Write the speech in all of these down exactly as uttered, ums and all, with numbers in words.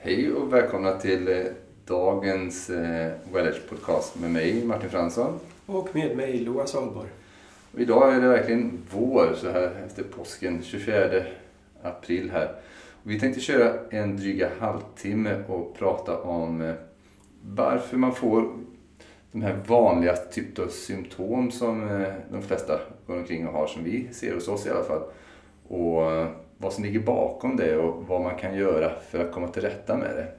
Hej och välkomna till dagens eh, Wellers-podcast med mig Martin Fransson. Och med mig Loa Salborg. Och idag är det verkligen vår så här efter påsken, tjugofjärde april här. Och vi tänkte köra en dryga halvtimme och prata om eh, varför man får de här vanliga typ av symptom som eh, de flesta går omkring och har, som vi ser hos oss i alla fall. Och eh, vad som ligger bakom det och vad man kan göra för att komma till rätta med det.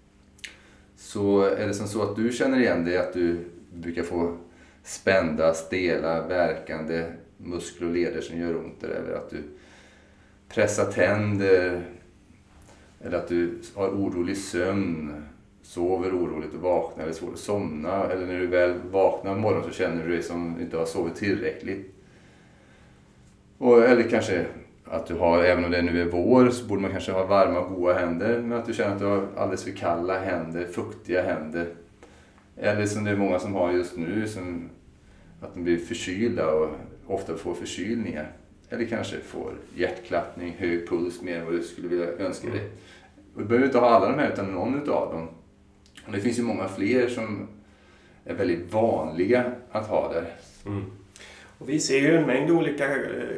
Så är det som så att du känner igen det, att du brukar få spända, stela, verkande muskler och leder som gör ont, eller att du pressar tänder, eller att du har orolig sömn, sover oroligt och vaknar eller svårt att somna, eller när du väl vaknar på morgonen så känner du dig som inte har sovit tillräckligt. Och, eller kanske att du har, även om det nu är vår, så borde man kanske ha varma och goda händer, men att du känner att du har alldeles för kalla händer, fuktiga händer. Eller som det är många som har just nu, som att de blir förkylda och ofta får förkylningar. Eller kanske får hjärtklappning, hög puls, mer än vad du skulle vilja önska dig. Och du behöver inte ha alla de här utan någon utav dem. Och det finns ju många fler som är väldigt vanliga att ha där. Mm. Och vi ser ju en mängd olika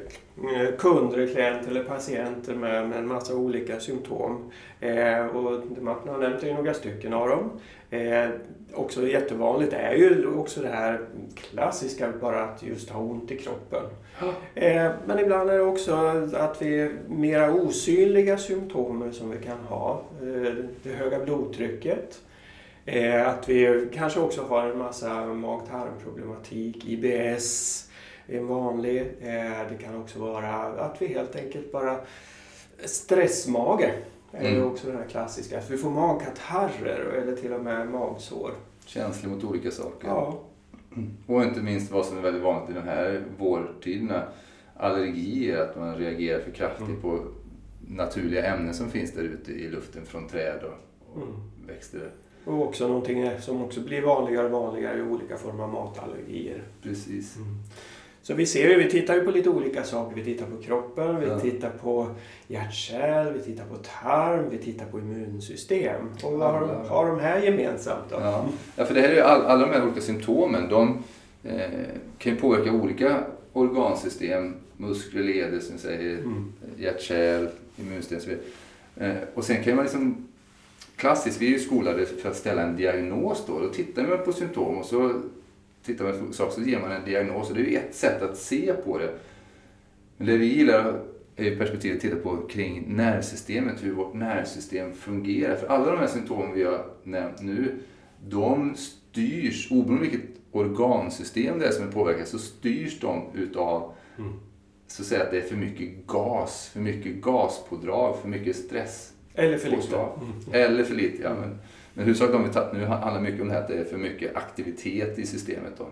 kunder, klienter eller patienter med, med en massa olika symptom. Eh, och Martin har nämnt några stycken av dem. Eh, också jättevanligt är ju också det här klassiska, bara att just ha ont i kroppen. Eh, men ibland är det också att vi mera osynliga symptom som vi kan ha. Eh, det höga blodtrycket. Eh, att vi kanske också har en massa mag-tarmproblematik, I B S är vanlig. Eh, det kan också vara att vi helt enkelt bara stressmage. Mm. Är också den här klassiska. Att vi får magkatarrer eller till och med magsår. Känslig mot olika saker. Ja. Och inte minst vad som är väldigt vanligt i den här vårtiderna. Allergier, att man reagerar för kraftigt mm. på naturliga ämnen som finns där ute i luften från träd och, och mm. växter. Och också någonting som också blir vanligare och vanligare i olika former av matallergier. Precis. Mm. Så vi ser ju, vi tittar ju på lite olika saker. Vi tittar på kroppen, vi ja. tittar på hjärtkärl, vi tittar på tarm, vi tittar på immunsystem. Och vad har, har de här gemensamt då? Ja, ja för det här är ju all, alla de här olika symptomen. De eh, kan ju påverka olika organsystem, muskler, leder som säger, mm. hjärtkärl, immunsystem. Eh, och sen kan man liksom, klassiskt, vi är ju skolade för att ställa en diagnos då. Då tittar man på symptom och så tittar man på saker så ger man en diagnos. Och det är ju ett sätt att se på det. Men det vi gillar är perspektivet att titta på kring nervsystemet, hur vårt nervsystem fungerar. För alla de här symptomen vi har nämnt nu, de styrs, oberoende vilket organsystem det är som är påverkat, så styrs de utav mm. så att säga att det är för mycket gas, för mycket gaspådrag, för mycket stress. Eller för lite. Mm. Eller för lite, ja. Men, men hur sagt de vi tagit nu handlar mycket om det här att det är för mycket aktivitet i systemet då.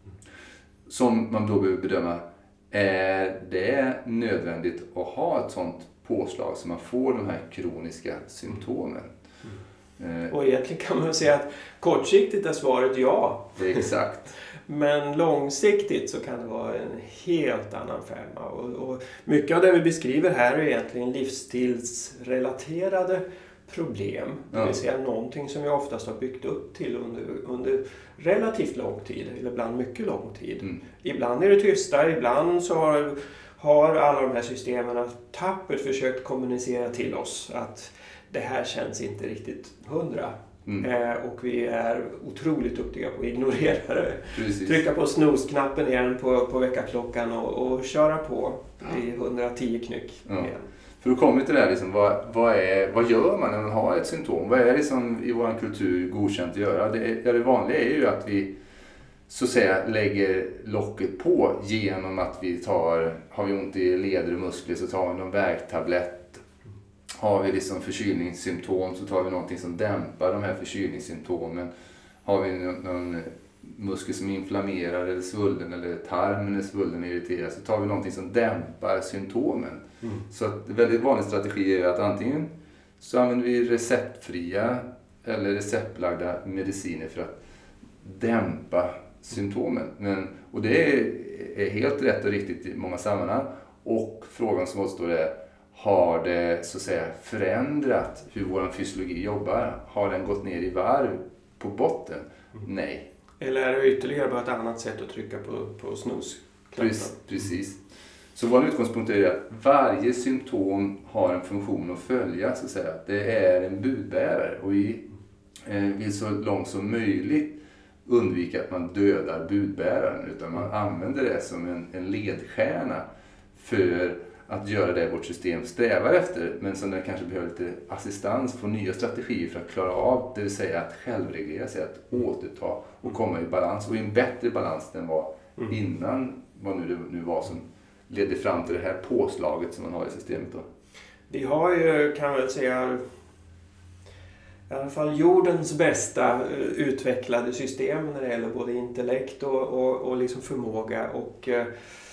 Som man då behöver bedöma, är det nödvändigt att ha ett sånt påslag så man får de här kroniska symptomen? Mm. Och egentligen kan man säga att kortsiktigt är svaret ja. Det är exakt. Men långsiktigt så kan det vara en helt annan femma. Och, och mycket av det vi beskriver här är egentligen livsstilsrelaterade problem. Ja. Det vill säga någonting som vi oftast har byggt upp till under, under relativt lång tid. Eller ibland mycket lång tid. Mm. Ibland är det tysta, ibland så har, har alla de här systemen tappert försökt kommunicera till oss att det här känns inte riktigt hundra. Mm. Eh, och vi är otroligt duktiga på att ignorera det. Precis. Trycka på snooze-knappen igen på, på väckarklockan och, och köra på ja. i hundratio knyck ja. igen. För då kommer vi till det här, liksom, vad, vad, är, vad gör man när man har ett symptom? Vad är det som i vår kultur godkänt att göra? Det, ja, det vanliga är ju att vi så att säga lägger locket på genom att vi tar, har vi ont i leder och muskler så tar vi någon värktablett. Har vi liksom förkylningssymptom så tar vi någonting som dämpar de här förkylningssymptomen. Har vi någon muskel som inflammerar eller svullen eller tarmen är svullen och irriterad så tar vi någonting som dämpar symptomen. Mm. Så att en väldigt vanlig strategi är att antingen så använder vi receptfria eller receptbelagda mediciner för att dämpa symptomen. Men, och det är, är helt rätt och riktigt i många sammanhang. Och frågan som återstår är, har det så att säga förändrat hur vår fysiologi jobbar? Har den gått ner i varv på botten? Mm. Nej. Eller är det ytterligare bara ett annat sätt att trycka på, på snus? Precis, precis. Så vår utgångspunkt är att varje symptom har en funktion att följa, så att säga. Det är en budbärare och vi vill så långt som möjligt undvika att man dödar budbäraren, utan man använder det som en, en ledstjärna för att göra det vårt system strävar efter, men som det kanske behöver lite assistans, få nya strategier för att klara av, det vill säga att självreglera sig, att återta och komma i balans, och i en bättre balans än vad mm. innan, vad nu det nu var som ledde fram till det här påslaget som man har i systemet då. Vi har ju, kan man väl säga, i alla fall jordens bästa utvecklade system när det gäller både intellekt och, och, och liksom förmåga, och eh,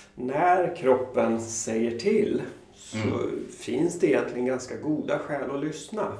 när kroppen säger till så mm. finns det egentligen ganska goda skäl att lyssna.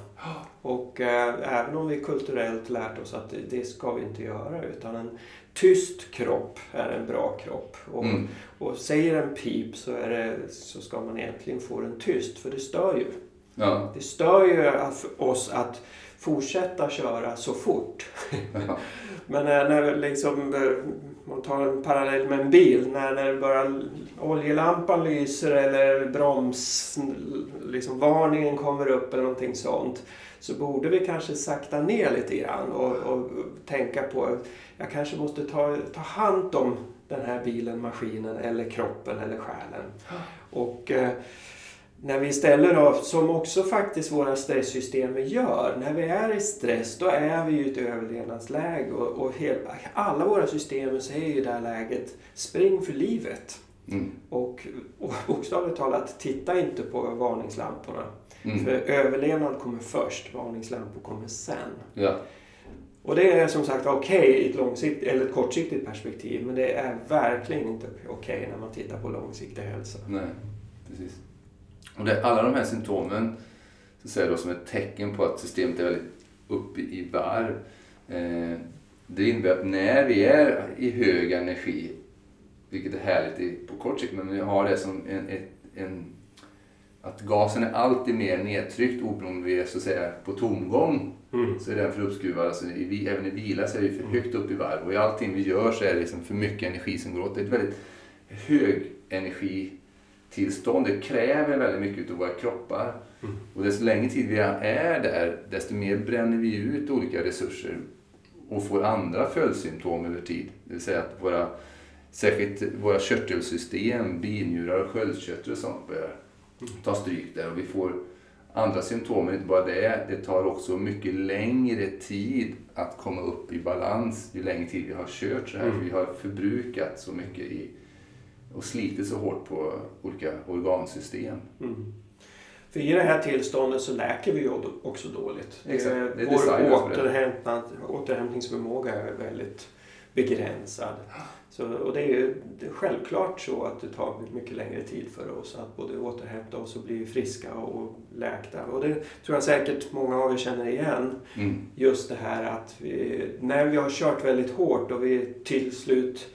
Och eh, även om vi kulturellt lärt oss att det, det ska vi inte göra, utan en tyst kropp är en bra kropp. Och, mm. och säger en pip så, är det, så ska man egentligen få den tyst, för det stör ju. Ja. Det stör ju att, oss att fortsätta köra så fort. Ja. Men när, när liksom, man tar en parallell med en bil, när, när bara oljelampan lyser eller broms, liksom varningen kommer upp eller någonting sånt, så borde vi kanske sakta ner lite grann och, och tänka på, jag kanske måste ta, ta hand om den här bilen, maskinen eller kroppen eller själen. Och eh, när vi ställer av, som också faktiskt våra stresssystem gör, när vi är i stress, då är vi i ett överlevnadsläge, och, och hela, alla våra system säger i det här läget, spring för livet. Mm. Och, och bokstavligt talat, titta inte på varningslamporna. Mm. För överlevnad kommer först, varningslampor kommer sen. Ja. Och det är som sagt okej okay i ett långsiktigt eller ett kortsiktigt perspektiv, men det är verkligen inte okej okay när man tittar på långsiktig hälsa. Nej, precis. Och det, alla de här symptomen så säger då som ett tecken på att systemet är väldigt uppe i varv. Eh, det innebär att när vi är i hög energi, vilket är härligt på kort sikt, men vi har det som en, en, en att gasen är alltid mer nedtryckt oberoende vi är så att säga på tomgång, mm. så är den för uppskruvad. Alltså i, även i bilar så är det för högt upp i varv, och i allting vi gör så är det liksom för mycket energi som går åt. Det är ett väldigt hög energi tillstånd. Det kräver väldigt mycket av våra kroppar. Mm. Och desto längre tid vi är där, desto mer bränner vi ut olika resurser och får andra följdsymptom över tid. Det vill säga att våra, särskilt våra körtelsystem, binjurar och sköldkörtel och sånt börjar ta stryk där. Och vi får andra symptom, men inte bara det. Det tar också mycket längre tid att komma upp i balans ju längre tid vi har kört så här. Mm. För vi har förbrukat så mycket i och slitit så hårt på olika organsystem. Mm. För i det här tillståndet så läker vi ju också dåligt. Exakt. Det är vår återhämtning, återhämtningsförmåga är väldigt begränsad. Så, och det är ju det är självklart så att det tar mycket längre tid för oss att både återhämta oss och bli friska och läkta. Och det tror jag säkert många av er känner igen. Mm. Just det här att vi, när vi har kört väldigt hårt och vi till slut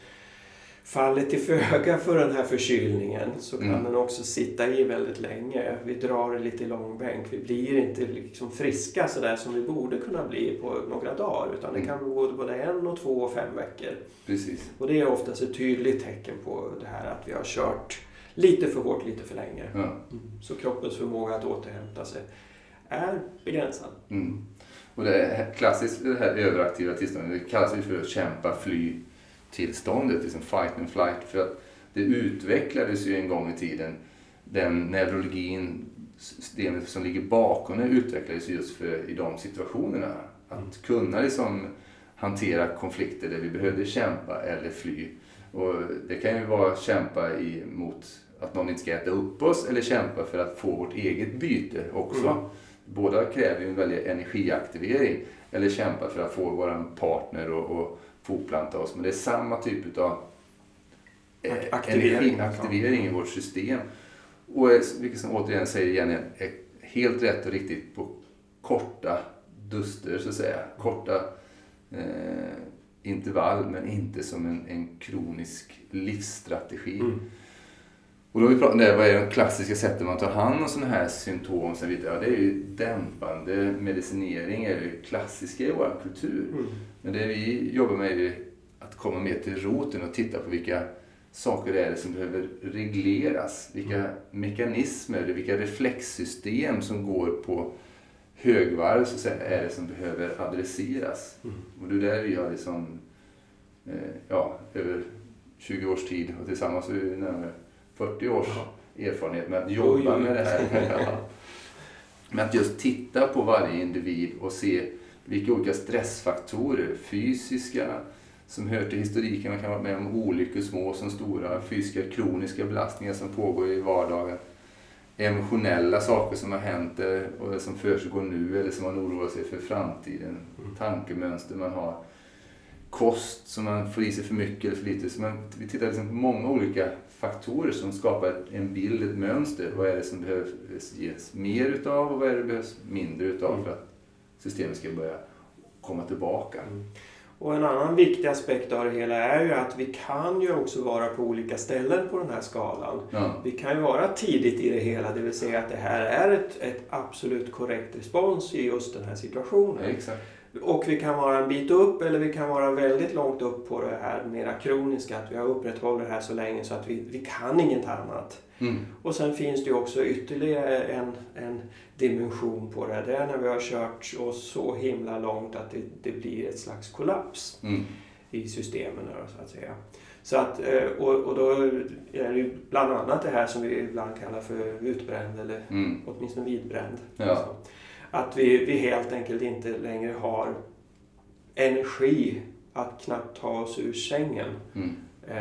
faller till föga för den här förkylningen, så kan mm. den också sitta i väldigt länge. Vi drar det lite i långbänk. Vi blir inte liksom friska så där som vi borde kunna bli på några dagar, utan det kan gå både en och två och fem veckor. Precis. Och det är oftast ett tydligt tecken på det här att vi har kört lite för hårt, lite för länge. Ja. Mm. Så kroppens förmåga att återhämta sig är begränsad. Mm. Och det är klassiskt det här överaktiva tillståndet. Det kallas ju för att kämpa, fly tillståndet, liksom fight and flight, för att det utvecklades ju en gång i tiden. Den neurologin, systemet som ligger bakom det utvecklades just för i de situationerna. Att kunna liksom hantera konflikter där vi behövde kämpa eller fly. Och det kan ju vara kämpa mot att någon inte ska äta upp oss, eller kämpa för att få vårt eget byte också. Mm. Båda kräver ju en väldig energiaktivering, eller kämpa för att få vår partner och, och fortplanta oss. Men det är samma typ av eh, aktivering, aktivering i vårt system. Och vilket som återigen säger igen är helt rätt och riktigt på korta duster så att säga. Korta eh, intervall, men inte som en, en kronisk livsstrategi. Mm. Och då har vi pratat om det, vad är de klassiska sätten man tar hand om sådana här symptom? Så vidare. Ja, det är ju dämpande medicinering, är ju klassiska i vår kultur. Mm. Men det vi jobbar med är ju att komma mer till roten och titta på vilka saker det är som behöver regleras. Vilka mm. mekanismer, vilka reflexsystem som går på högvarv så att säga, är det som behöver adresseras. Mm. Och det är där vi har liksom, eh, ja, över tjugo års tid och tillsammans är vi närmare fyrtio års erfarenhet med att jobba med det här. Ja. Med att just titta på varje individ och se vilka olika stressfaktorer, fysiska, som hör till historiken, man kan vara med om olyckor, små som stora, fysiska kroniska belastningar som pågår i vardagen, emotionella saker som har hänt och som försiggår nu eller som man oroar sig för framtiden, mm. tankemönster man har, kost som man får i sig för mycket eller för lite. Så man, vi tittar liksom på många olika faktorer som skapar en bild, ett mönster. Vad är det som behöver ges mer utav och vad är det som behövs mindre utav mm. för att systemet ska börja komma tillbaka. Mm. Och en annan viktig aspekt av det hela är ju att vi kan ju också vara på olika ställen på den här skalan. Ja. Vi kan ju vara tidigt i det hela, det vill säga att det här är ett, ett absolut korrekt respons i just den här situationen. Ja, exakt. Och vi kan vara en bit upp eller vi kan vara väldigt långt upp på det här mera kroniska, att vi har upprätthållit det här så länge så att vi, vi kan inget annat. Mm. Och sen finns det ju också ytterligare en, en dimension på det. Det är när vi har kört oss så himla långt att det, det blir ett slags kollaps mm. i systemen så att säga. Så att, och, och då är det ju bland annat det här som vi ibland kallar för utbränd eller mm. åtminstone vidbränd. Ja. Alltså. Att vi, vi helt enkelt inte längre har energi att knappt ta oss ur sängen. Mm.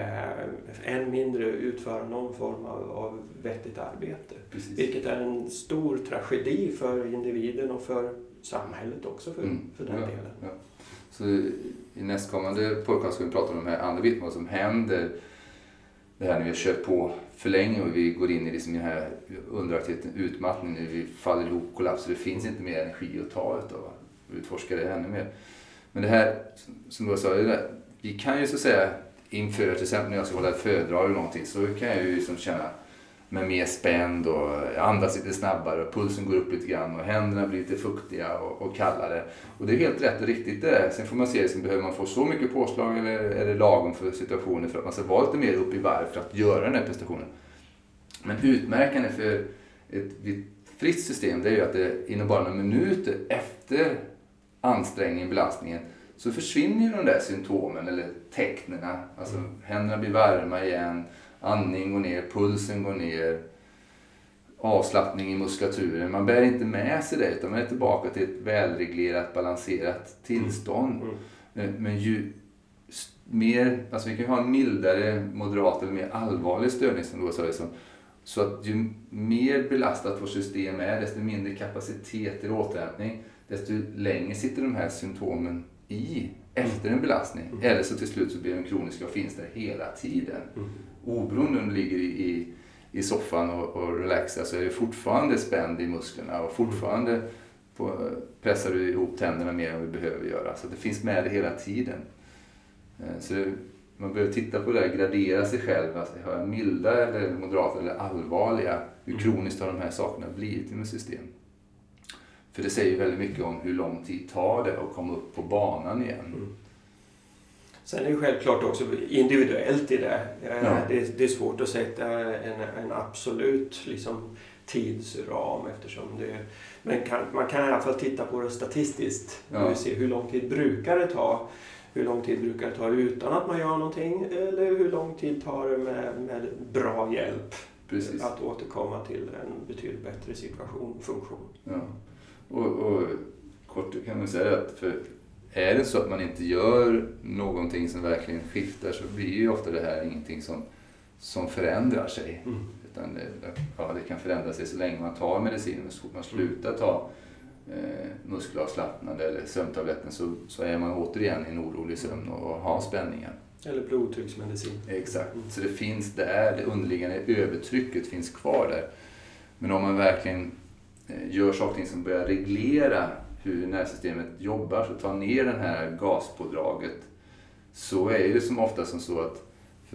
Eh, än mindre utföra någon form av, av vettigt arbete. Precis. Vilket är en stor tragedi för individen och för samhället också för, mm. för den ja, delen. Ja. Så i nästkommande podcast ska vi prata om de här andra bitarna, vad som händer. Det här när vi har kört på för länge och vi går in i liksom den här underaktiviteten, utmattningen, när vi faller ihop, kollapsar, det finns inte mer energi att ta utav. Vi utforskar det ännu mer. Men det här, som du sa, det, vi kan ju så att säga inför, till exempel när jag ska hålla ett föredrag eller någonting, så kan jag ju liksom känna mig mer spänd och andas lite snabbare och pulsen går upp lite grann och händerna blir lite fuktiga och, och kallare. Och det är helt rätt och riktigt det. Sen får man se, liksom, behöver man få så mycket påslag eller är det lagom för situationen för att man ska vara lite mer upp i varv för att göra den här prestationen. Men utmärkande för ett fritt system, det är ju att det inom bara några minuter efter ansträngningen, belastningen, så försvinner ju de där symptomen eller tecknena. Alltså mm. händerna blir varma igen, andning går ner, pulsen går ner, avslappning i muskulaturen. Man bär inte med sig det utan man är tillbaka till ett välreglerat, balanserat tillstånd. Mm. Mm. Men ju mer, alltså vi kan ha en mildare, moderat eller mer allvarlig störning som då sa det som, så att ju mer belastat vårt system är, desto mindre kapacitet till återhämtning, desto längre sitter de här symptomen i efter en belastning. Mm. Eller så till slut så blir de kroniska och finns där hela tiden. Mm. Oberoende om du ligger i, i, i soffan och, och relaxar så är det fortfarande spänd i musklerna och fortfarande på, pressar du ihop tänderna mer än vi behöver göra. Så det finns med det hela tiden. Så det, man behöver titta på det här, gradera sig själv. Alltså, har jag milda eller moderata eller allvarliga? Hur kroniskt har de här sakerna blivit i mitt system? För det säger väldigt mycket om hur lång tid tar det att komma upp på banan igen. Mm. Sen är det självklart också individuellt i det. Ja. Det, det är svårt att sätta en, en absolut liksom, tidsram eftersom det... Men kan, man kan i alla fall titta på det statistiskt. Ja. Och se hur lång tid brukar det ta. Hur lång tid brukar det ta utan att man gör någonting. Eller hur lång tid tar det med, med bra hjälp. Precis. Att återkomma till en betydligt bättre situation och funktion. Ja. Och, och kort kan man säga att för är det så att man inte gör någonting som verkligen skiftar så blir ju ofta det här ingenting som, som förändrar sig. Mm. Utan det, ja, det kan förändra sig så länge man tar medicin. Men så man slutar ta eh, muskelavslappnande eller sömntabletten så, så är man återigen i en orolig sömn och har spänningar. Eller blodtrycksmedicin. Exakt. Mm. Så det finns där, det underliggande övertrycket finns kvar där. Men om man verkligen gör saker som börjar reglera hur nervsystemet jobbar, så tar ner den här gaspådraget, så är det som ofta som så att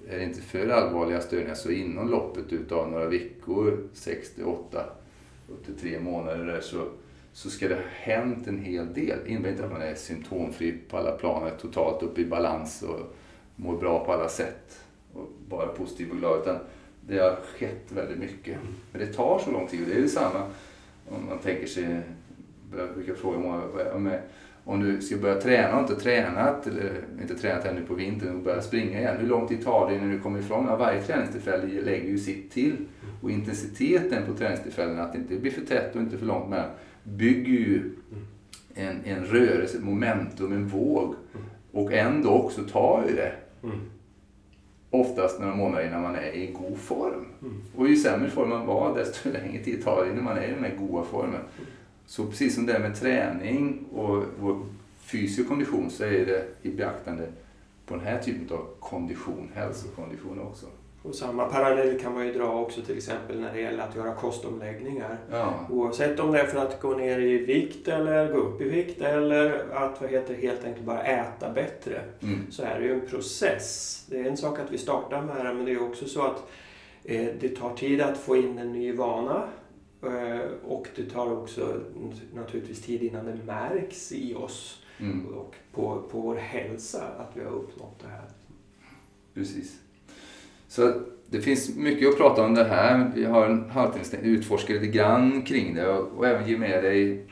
är det inte för allvarliga störningar så inom loppet utav några veckor, sex till åtta, upp till tre månader där, så, så ska det ha hänt en hel del. Det innebär inte att man är symptomfri på alla planer, totalt upp i balans och mår bra på alla sätt och bara positiv och glad, utan det har skett väldigt mycket. Men det tar så lång tid, och det är detsamma om man tänker sig, jag brukar fråga många, om, om du ska börja träna och inte tränat, eller inte tränat ännu på vintern och börja springa igen, hur lång tid tar det när du kommer ifrån? Ja, varje träningstillfälle lägger ju sitt till, och intensiteten på träningstillfällen, att det inte blir för tätt och inte för långt med, bygger ju en, en rörelse, ett momentum, en våg, och ändå också tar ju det. Mm. Oftast några månader innan man är i god form. Mm. Och ju sämre form man var, desto längre tid tar det innan man är i den här goda formen. Mm. Så precis som det med träning och vår fysisk kondition, så är det i beaktande på den här typen av kondition, hälsokondition också. Och samma parallell kan man ju dra också till exempel när det gäller att göra kostomläggningar. Ja. Oavsett om det är för att gå ner i vikt eller gå upp i vikt, eller att vad heter, helt enkelt bara äta bättre. Mm. Så är det ju en process. Det är en sak att vi startar med det, men det är också så att eh, det tar tid att få in en ny vana. Eh, och det tar också naturligtvis tid innan det märks i oss. Mm. Och på, på vår hälsa att vi har uppnått det här. Precis. Så det finns mycket att prata om det här. Vi har en halvtimme utforskar lite grann kring det, och, och även ge med dig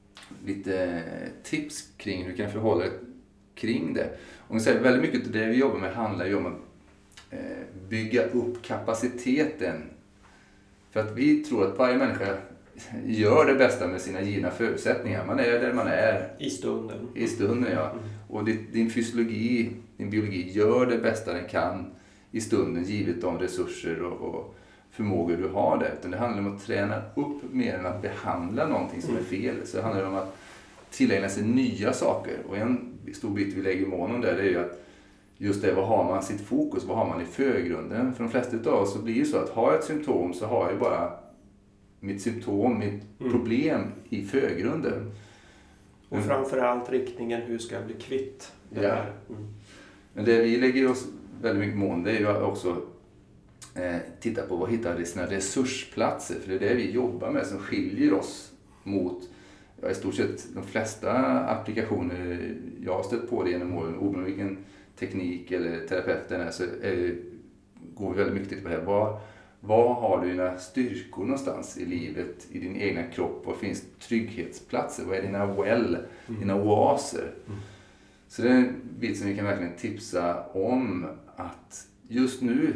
lite tips kring hur du kan förhålla dig kring det. Och jag säger, väldigt mycket av det vi jobbar med handlar ju om att eh, bygga upp kapaciteten. För att vi tror att varje människa gör det bästa med sina givna förutsättningar. Man är där man är. I stunden. I stunden, ja. Och din fysiologi, din biologi gör det bästa den kan i stunden, givet de resurser och, och förmågor du har där. Utan det handlar om att träna upp mer än att behandla någonting som är fel. Så det handlar om att tillägna sig nya saker. Och en stor bit vi lägger mån om där, det är ju att just det, vad har man sitt fokus, vad har man i förgrunden? För de flesta av oss så blir det så att har jag ett symptom, så har jag bara mitt symptom, mitt mm. problem i förgrunden. Och framförallt riktningen, hur ska jag bli kvitt det ja. här? Mm. Men det vi lägger oss väldigt mycket mån, det är ju också eh, titta på vad hittar det sina resursplatser. För det är det vi jobbar med som skiljer oss mot ja, i stort sett de flesta applikationer jag har stött på det genom åren. Oberoende vilken teknik eller terapeuten är, så är, går vi väldigt mycket på det här. Var, var har du dina styrkor någonstans i livet, i din egna kropp? Var finns trygghetsplatser? Vad är dina well, mm. dina oaser? Mm. Så det är en bit som vi kan verkligen tipsa om, att just nu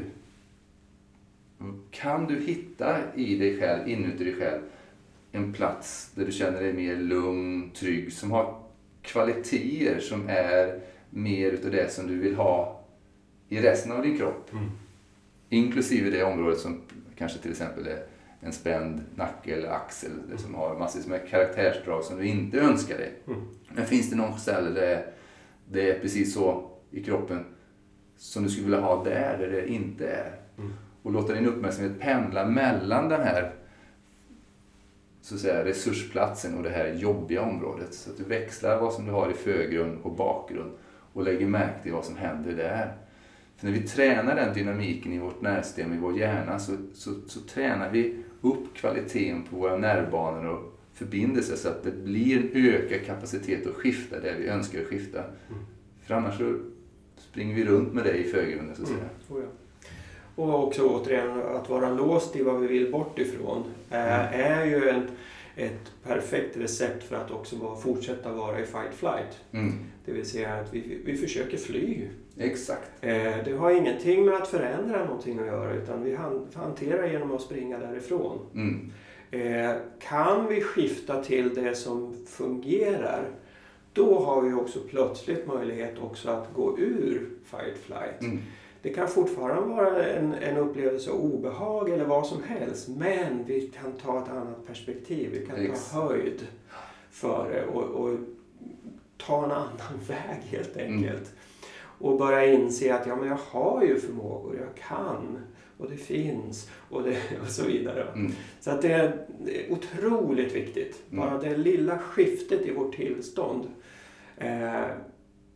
kan du hitta i dig själv, inuti dig själv, en plats där du känner dig mer lugn, trygg, som har kvaliteter som är mer utav det som du vill ha i resten av din kropp. Mm. Inklusive det området som kanske till exempel är en spänd nacke eller axel, det som har massor med karaktärsdrag som du inte önskar dig. Mm. Men finns det någon ställe där det är precis så i kroppen som du skulle vilja ha där, där det inte är. Mm. Och låta din uppmärksamhet pendla mellan den här så att säga, resursplatsen och det här jobbiga området. Så att du växlar vad som du har i förgrund och bakgrund och lägger märke till vad som händer där. För när vi tränar den dynamiken i vårt nervsystem, i vår hjärna, så, så, så tränar vi upp kvaliteten på våra nervbanor och förbindelser så att det blir en ökad kapacitet att skifta där vi önskar skifta. Mm. För annars så springer vi runt med det i förgrunden så att säga. Mm. Oh ja. Och också återigen att vara låst i vad vi vill bort ifrån mm. är ju en, ett perfekt recept för att också vara, fortsätta vara i fight-flight. Mm. Det vill säga att vi, vi försöker fly. Exakt. Det har ingenting med att förändra någonting att göra, utan vi hanterar genom att springa därifrån. Mm. Kan vi skifta till det som fungerar, då har vi också plötsligt möjlighet också att gå ur fight-flight. Mm. Det kan fortfarande vara en, en upplevelse av obehag eller vad som helst, men vi kan ta ett annat perspektiv. Vi kan Ex. ta höjd för det och, och ta en annan väg helt enkelt. Mm. Och börja inse att ja, men jag har ju förmågor, jag kan och det finns och, det, och så vidare. Mm. Så att det är, det är otroligt viktigt. Mm. Bara det lilla skiftet i vårt tillstånd eh,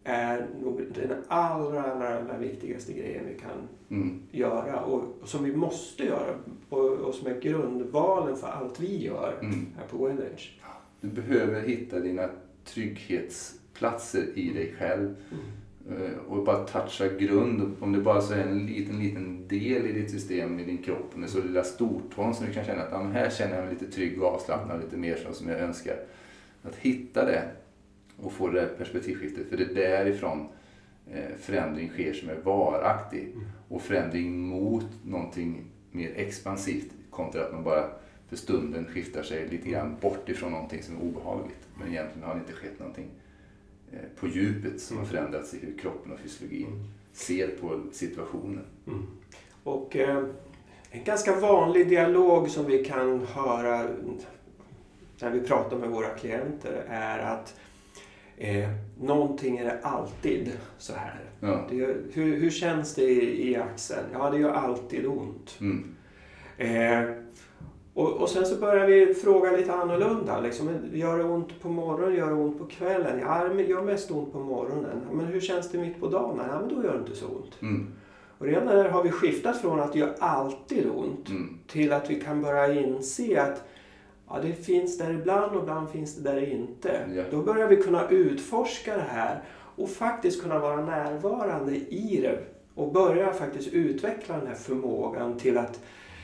är nog den allra, allra, allra viktigaste grejen vi kan mm. göra och, och som vi måste göra och, och som är grundvalen för allt vi gör mm. här på Wellage. Du behöver hitta dina trygghetsplatser i dig själv mm. och bara toucha grund. Om det bara så är en liten, liten del i ditt system, i din kropp, om det är så lilla stortån som du kan känna att ah, här känner jag mig lite trygg och avslappnad, lite mer så som jag önskar. Att hitta det och få det perspektivskiftet, för det är därifrån eh, förändring sker som är varaktig mm. och förändring mot någonting mer expansivt kontra att man bara för stunden skiftar sig lite grann bort ifrån någonting som är obehagligt, men egentligen har det inte skett någonting eh, på djupet som mm. har förändrats i hur kroppen och fysiologin mm. ser på situationen. Mm. Och eh, en ganska vanlig dialog som vi kan höra när vi pratar med våra klienter är att Eh, någonting är alltid så här. Ja. Det gör, hur, hur känns det i, i axeln? Ja, det gör alltid ont. Mm. Eh, och, och sen så börjar vi fråga lite annorlunda. Liksom, gör det ont på morgonen? Gör det ont på kvällen? Ja, det gör mest ont på morgonen. Men hur känns det mitt på dagen? Ja, men då gör det inte så ont. Mm. Och redan där har vi skiftat från att det gör alltid ont mm. till att vi kan börja inse att ja, det finns där ibland och ibland finns det där inte. Ja. Då börjar vi kunna utforska det här och faktiskt kunna vara närvarande i det. Och börja faktiskt utveckla den här förmågan till att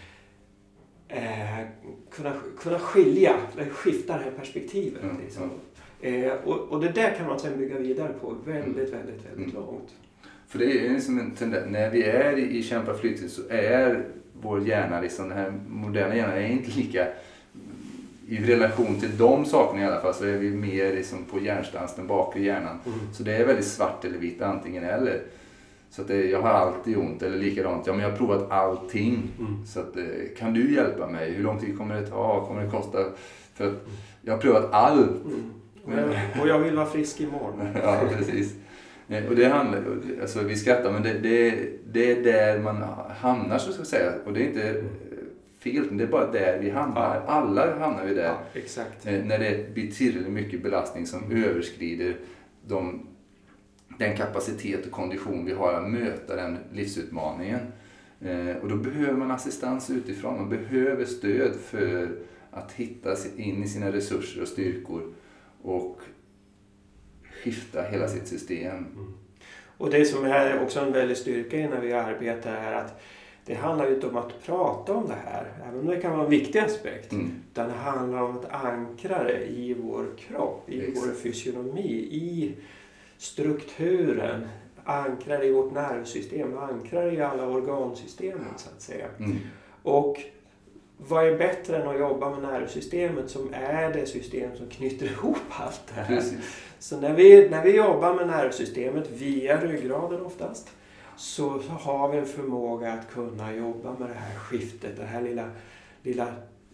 eh, kunna, kunna skilja, eller skifta det här perspektivet. Mm. Liksom. Eh, och, och det där kan man sedan bygga vidare på väldigt, mm. väldigt, väldigt mm. långt. För det är ju som en tendens, när vi är i, i kämpa flyttning så är vår hjärna, liksom den här moderna hjärnan, är inte lika... I relation till de sakerna i alla fall så är vi mer liksom på hjärnstans, den bakre hjärnan. Mm. Så det är väldigt svart eller vitt, antingen eller. Så att det, jag har alltid ont eller likadant. Ja, men jag har provat allting. Mm. Så att, kan du hjälpa mig? Hur lång tid kommer det ta? Kommer det kosta? För att jag har provat allt. Mm. Och jag vill vara frisk imorgon. Ja, precis. Och det handlar, alltså vi skrattar, men det, det, det är där man hamnar, så ska jag säga. Och det är inte... fel, det är bara där vi hamnar. Ja. Alla hamnar vi där. Ja, exakt. Eh, när det blir tillräckligt mycket belastning som mm. överskrider de, den kapacitet och kondition vi har att möta den livsutmaningen. Eh, och då behöver man assistans utifrån. Man behöver stöd för att hitta in i sina resurser och styrkor och skifta hela sitt system. Mm. Och det som är också en väldigt styrka när vi arbetar är att det handlar ju inte om att prata om det här, även om det kan vara en viktig aspekt. Mm. Utan det handlar om att ankra det i vår kropp, i Exakt. Vår fysionomi, i strukturen. Ankra det i vårt nervsystem, ankra det i alla organsystemen så att säga. Mm. Och vad är bättre än att jobba med nervsystemet som är det system som knyter ihop allt det här. Precis. Så när vi, när vi jobbar med nervsystemet via ryggraden oftast, Så, så har vi en förmåga att kunna jobba med det här skiftet, den här lilla, lilla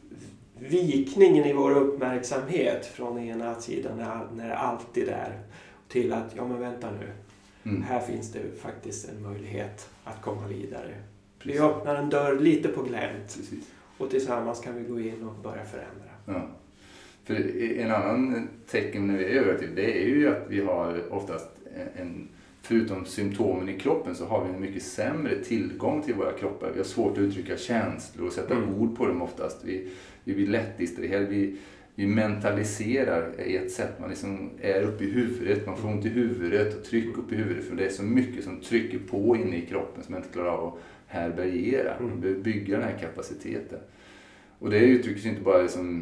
vikningen i vår uppmärksamhet från ena sidan när, när det alltid är till att, ja men vänta nu, mm. här finns det faktiskt en möjlighet att komma vidare. Precis. Vi öppnar en dörr lite på glänt. Precis. Och tillsammans kan vi gå in och börja förändra. Ja. För en annan tecken när vi är över till det är ju att vi har oftast en förutom symptomen i kroppen så har vi en mycket sämre tillgång till våra kroppar. Vi har svårt att uttrycka känslor och sätta mm. ord på dem oftast. Vi, vi blir lätt distraherade. Vi, vi mentaliserar i ett sätt. Man liksom är uppe i huvudet. Man får ont i huvudet och tryck upp i huvudet. För det är så mycket som trycker på inne i kroppen som man inte klarar av att härbärgera. Mm. Man behöver bygga den här kapaciteten. Och det uttrycks inte bara liksom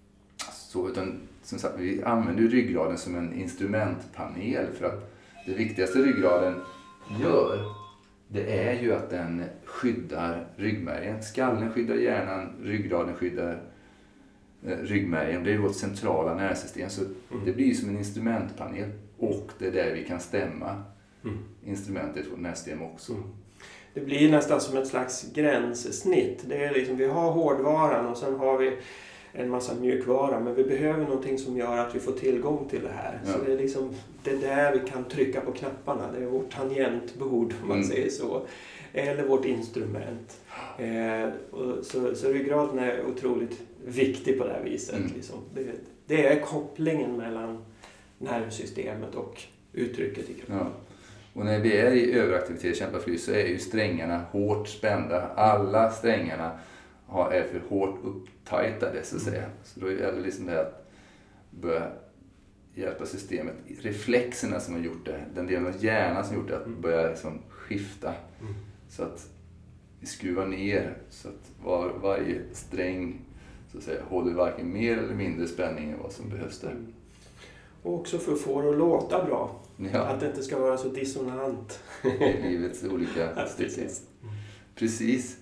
så, utan som sagt, vi använder ryggraden som en instrumentpanel för att det viktigaste ryggraden gör, det är ju att den skyddar ryggmärgen. Skallen skyddar hjärnan, ryggraden skyddar eh, ryggmärgen. Det är ju vårt centrala nervsystem. Så mm. det blir ju som en instrumentpanel. Och det är där vi kan stämma mm. instrumentet för nervsystem också. Mm. Det blir nästan som ett slags gränssnitt. Det är liksom, vi har hårdvaran och sen har vi en massa mjukvara, men vi behöver någonting som gör att vi får tillgång till det här. Ja. Så det är liksom det är där vi kan trycka på knapparna. Det är vårt tangentbord om man mm. säger så. Eller vårt instrument. Eh, och så, så ryggraden är otroligt viktig på det här viset. Mm. Liksom. Det, det är kopplingen mellan nervsystemet och uttrycket i kroppen. Ja. Och när vi är i överaktivitet, kämpa fly, så är ju strängarna hårt spända. Alla strängarna är för hårt upptajtade, så att säga. Så då gäller det liksom det att börja hjälpa systemet. Reflexerna som har gjort det, den delen av hjärnan som har gjort det, att börja liksom skifta. Mm. Så att vi skruvar ner så att var, varje sträng, så att säga, håller varken mer eller mindre spänning än vad som behövs där. Mm. Och också för att få det att låta bra. Ja. Att det inte ska vara så dissonant. I livets olika stycken. Precis.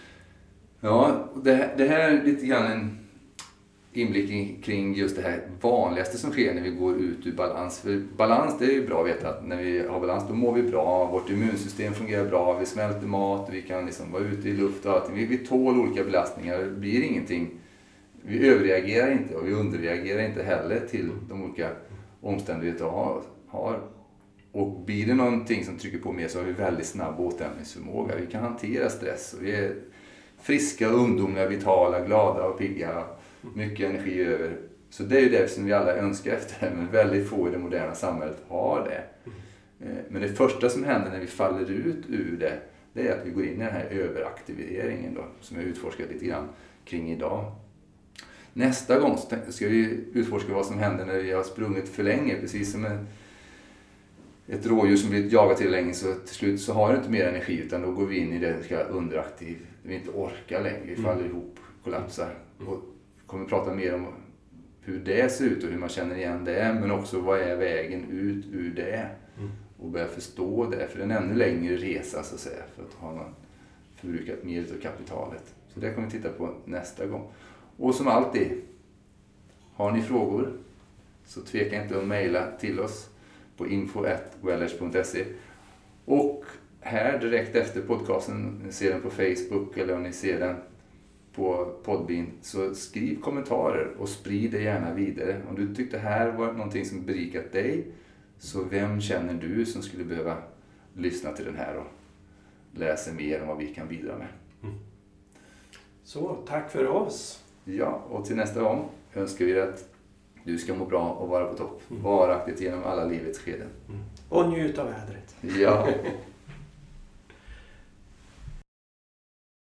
Ja, det här, det här är lite grann en inblick kring just det här vanligaste som sker när vi går ut ur balans. För balans, det är ju bra att veta att när vi har balans då mår vi bra, vårt immunsystem fungerar bra, vi smälter mat, vi kan liksom vara ute i luft och allting. Vi, vi tål olika belastningar, det blir ingenting. Vi överreagerar inte och vi underreagerar inte heller till de olika omständigheter vi har. har. Och blir det någonting som trycker på mer så har vi väldigt snabb återhämtningsförmåga. Vi kan hantera stress och vi är friska, ungdomliga, vitala, glada och pigga. Mycket energi över. Så det är ju det som vi alla önskar efter. Men väldigt få i det moderna samhället har det. Men det första som händer när vi faller ut ur det, det är att vi går in i den här överaktiveringen då, som jag utforskar lite grann kring idag. Nästa gång ska vi utforska vad som händer när vi har sprungit för länge. Precis som en, ett rådjur som blir jagat till länge, så till slut så har det inte mer energi, utan då går vi in i det ska underaktiv. Vi inte orkar längre, vi faller ihop, kollapsar. Och kommer prata mer om hur det ser ut och hur man känner igen det, men också vad är vägen ut ur det. Och börja förstå det, för en ännu längre resa så att säga, för att ha man förbrukat mer av kapitalet. Så det kommer vi titta på nästa gång. Och som alltid, har ni frågor så tveka inte att mejla till oss på info at wellers punkt se. Och här direkt efter podcasten, ni ser den på Facebook eller om ni ser den på Podbean, så skriv kommentarer och sprid det gärna vidare. Om du tyckte det här var någonting som berikat dig, så vem känner du som skulle behöva lyssna till den här och läsa mer om vad vi kan bidra med. Mm. Så, tack för oss. Ja, och till nästa gång önskar vi att du ska må bra och vara på topp. Mm. Varaktigt genom alla livets skeden. Mm. Och njut av vädret. Ja.